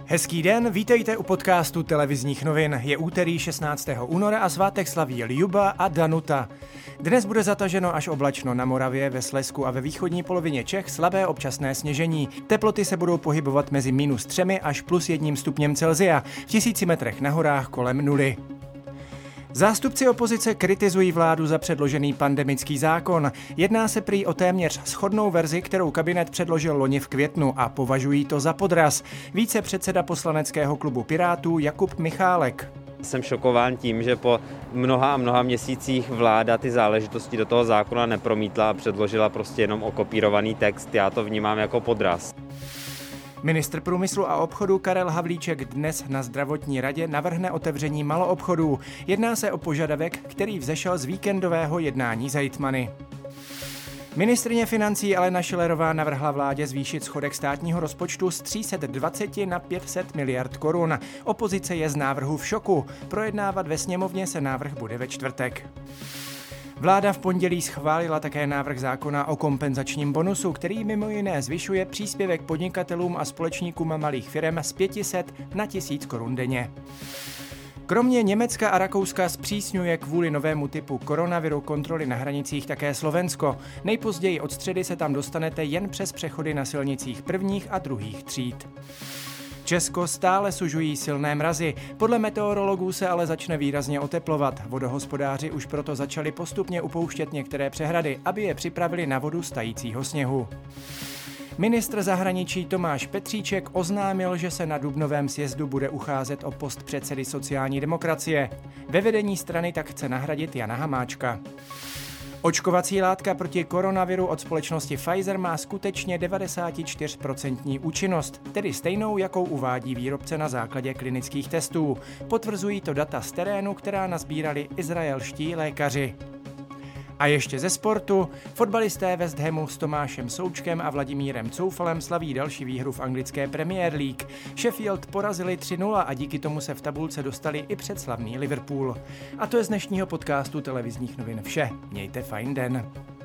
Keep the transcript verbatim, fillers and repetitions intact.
Hezký den, vítejte u podcastu televizních novin. Je úterý šestnáctého února a svátek slaví Ljuba a Danuta. Dnes bude zataženo až oblačno na Moravě, ve Slezsku a ve východní polovině Čech slabé občasné sněžení. Teploty se budou pohybovat mezi minus třemi až plus jedním stupněm Celsia, v tisíci metrech na horách kolem nuly. Zástupci opozice kritizují vládu za předložený pandemický zákon. Jedná se prý o téměř shodnou verzi, kterou kabinet předložil loni v květnu a považují to za podraz. Více předseda poslaneckého klubu Pirátů Jakub Michálek. Jsem šokován tím, že po mnoha a mnoha měsících vláda ty záležitosti do toho zákona nepromítla a předložila prostě jenom okopírovaný text. Já to vnímám jako podraz. Ministr průmyslu a obchodu Karel Havlíček dnes na zdravotní radě navrhne otevření maloobchodů. Jedná se o požadavek, který vzešel z víkendového jednání s hejtmany. Ministryně financí Alena Schillerová navrhla vládě zvýšit schodek státního rozpočtu z tři sta dvacet na pět set miliard korun. Opozice je z návrhu v šoku. Projednávat ve sněmovně se návrh bude ve čtvrtek. Vláda v pondělí schválila také návrh zákona o kompenzačním bonusu, který mimo jiné zvyšuje příspěvek podnikatelům a společníkům malých firem z pět set na tisíc korun denně. Kromě Německa a Rakouska zpřísňuje kvůli novému typu koronaviru kontroly na hranicích také Slovensko. Nejpozději od středy se tam dostanete jen přes přechody na silnicích prvních a druhých tříd. Česko stále sužují silné mrazy, podle meteorologů se ale začne výrazně oteplovat. Vodohospodáři už proto začali postupně upouštět některé přehrady, aby je připravili na vodu z tajícího sněhu. Ministr zahraničí Tomáš Petříček oznámil, že se na dubnovém sjezdu bude ucházet o post předsedy sociální demokracie. Ve vedení strany tak chce nahradit Jana Hamáčka. Očkovací látka proti koronaviru od společnosti Pfizer má skutečně devadesát čtyři procent účinnost, tedy stejnou, jakou uvádí výrobce na základě klinických testů. Potvrzují to data z terénu, která nazbírali izraelští lékaři. A ještě ze sportu. Fotbalisté West Hamu s Tomášem Součkem a Vladimírem Coufalem slaví další výhru v anglické Premier League. Sheffield porazili tři nula a díky tomu se v tabulce dostali i před slavný Liverpool. A to je z dnešního podcastu televizních novin vše. Mějte fajn den.